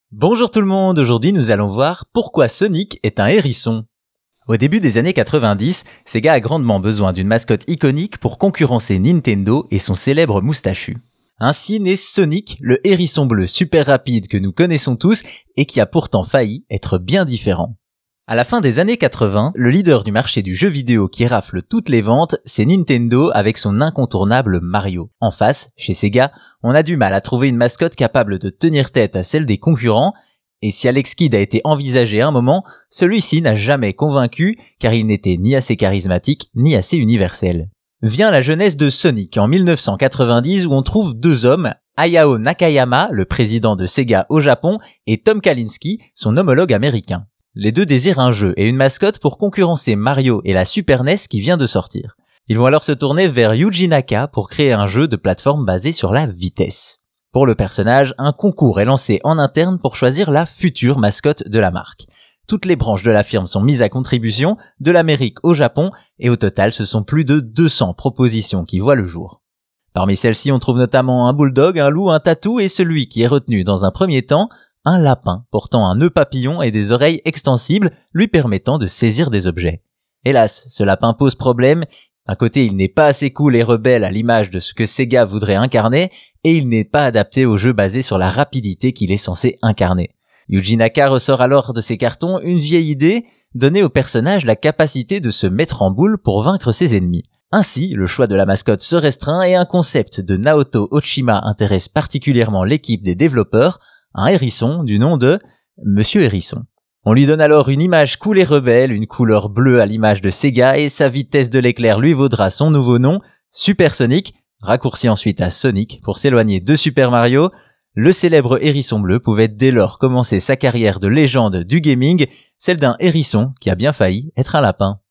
Bonjour tout le monde, aujourd'hui nous allons voir pourquoi Sonic est un hérisson. Au début des années 90, Sega a grandement besoin d'une mascotte iconique pour concurrencer Nintendo et son célèbre moustachu. Ainsi naît Sonic, le hérisson bleu super rapide que nous connaissons tous et qui a pourtant failli être bien différent. À la fin des années 80, le leader du marché du jeu vidéo qui rafle toutes les ventes, c'est Nintendo avec son incontournable Mario. En face, chez Sega, on a du mal à trouver une mascotte capable de tenir tête à celle des concurrents, et si Alex Kidd a été envisagé un moment, celui-ci n'a jamais convaincu car il n'était ni assez charismatique ni assez universel. Vient la jeunesse de Sonic en 1990 où on trouve deux hommes, Hayao Nakayama, le président de Sega au Japon, et Tom Kalinske, son homologue américain. Les deux désirent un jeu et une mascotte pour concurrencer Mario et la Super NES qui vient de sortir. Ils vont alors se tourner vers Yuji Naka pour créer un jeu de plateforme basé sur la vitesse. Pour le personnage, un concours est lancé en interne pour choisir la future mascotte de la marque. Toutes les branches de la firme sont mises à contribution, de l'Amérique au Japon, et au total ce sont plus de 200 propositions qui voient le jour. Parmi celles-ci, on trouve notamment un bulldog, un loup, un tatou et celui qui est retenu dans un premier temps, un lapin portant un nœud papillon et des oreilles extensibles lui permettant de saisir des objets. Hélas, ce lapin pose problème. D'un côté, il n'est pas assez cool et rebelle à l'image de ce que Sega voudrait incarner, et il n'est pas adapté au jeu basé sur la rapidité qu'il est censé incarner. Yuji Naka ressort alors de ses cartons une vieille idée, donner au personnage la capacité de se mettre en boule pour vaincre ses ennemis. Ainsi, le choix de la mascotte se restreint et un concept de Naoto Oshima intéresse particulièrement l'équipe des développeurs, un hérisson du nom de Monsieur Hérisson. On lui donne alors une image cool et rebelle, une couleur bleue à l'image de Sega et sa vitesse de l'éclair lui vaudra son nouveau nom, Super Sonic, raccourci ensuite à Sonic pour s'éloigner de Super Mario. Le célèbre hérisson bleu pouvait dès lors commencer sa carrière de légende du gaming, celle d'un hérisson qui a bien failli être un lapin.